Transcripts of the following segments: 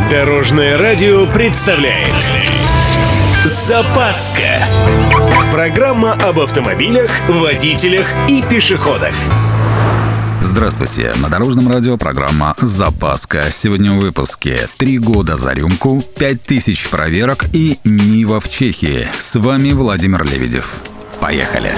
Дорожное радио представляет «Запаска». Программа об автомобилях, водителях и пешеходах. Здравствуйте, на Дорожном радио программа «Запаска». Сегодня в выпуске 3 года за рюмку, 5000 проверок и Нива в Чехии. С вами Владимир Лебедев. Поехали!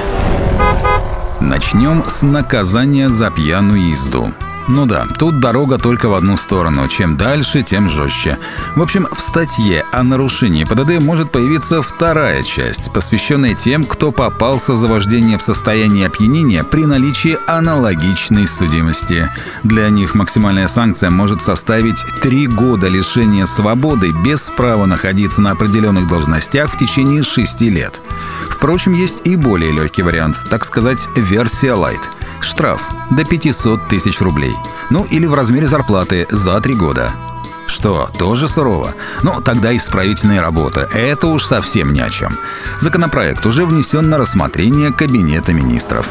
Начнем с наказания за пьяную езду. Ну да, тут дорога только в одну сторону. Чем дальше, тем жестче. В общем, в статье о нарушении ПДД может появиться вторая часть, посвященная тем, кто попался за вождение в состоянии опьянения при наличии аналогичной судимости. Для них максимальная санкция может составить 3 года лишения свободы без права находиться на определенных должностях в течение 6 лет. Впрочем, есть и более легкий вариант, так сказать, версия лайт. Штраф до 500 тысяч рублей. Ну или в размере зарплаты за 3 года. Что, тоже сурово? Ну, тогда исправительные работы. Это уж совсем ни о чем. Законопроект уже внесен на рассмотрение Кабинета министров.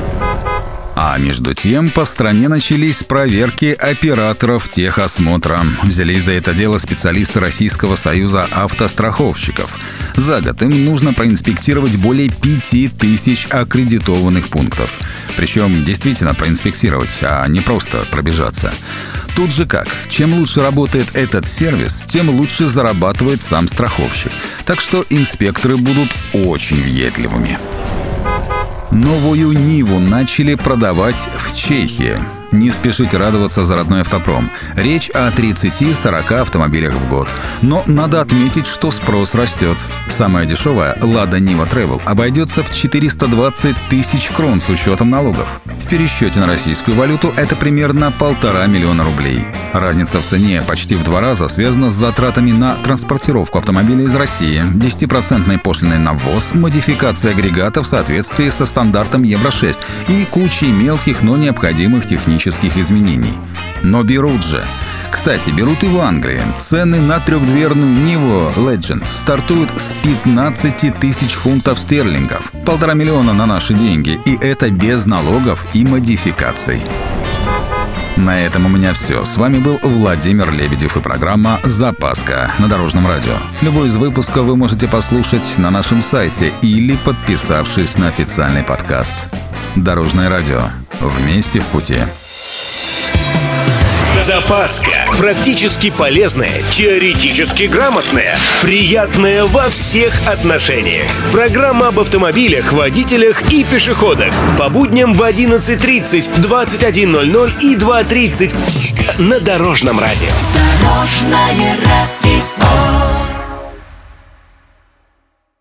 А между тем, по стране начались проверки операторов техосмотра. Взялись за это дело специалисты Российского союза автостраховщиков. За год им нужно проинспектировать более 5000 аккредитованных пунктов. Причем действительно проинспектировать, а не просто пробежаться. Тут же как? Чем лучше работает этот сервис, тем лучше зарабатывает сам страховщик. Так что инспекторы будут очень въедливыми. Новую Ниву начали продавать в Чехии. Не спешите радоваться за родной автопром. Речь о 30-40 автомобилях в год. Но надо отметить, что спрос растет. Самая дешевая Lada Niva Travel обойдется в 420 тысяч крон с учетом налогов. В пересчете на российскую валюту это примерно 1,5 миллиона рублей. Разница в цене почти в 2 раза связана с затратами на транспортировку автомобиля из России, 10% пошлиной на ввоз, модификация агрегата в соответствии со стандартом Евро-6 и кучей мелких, но необходимых технических изменений. Но берут же. Кстати, берут и в Англии. Цены на трехдверную Ниву Legend стартуют с 15 тысяч фунтов стерлингов. 1,5 миллиона на наши деньги. И это без налогов и модификаций. На этом у меня все. С вами был Владимир Лебедев и программа «Запаска» на Дорожном радио. Любой из выпусков вы можете послушать на нашем сайте или подписавшись на официальный подкаст. Дорожное радио. Вместе в пути. Запаска. Практически полезная, теоретически грамотная, приятная во всех отношениях. Программа об автомобилях, водителях и пешеходах. По будням в 11:30, 21:00 и 2:30 на Дорожном радио. Дорожное радио.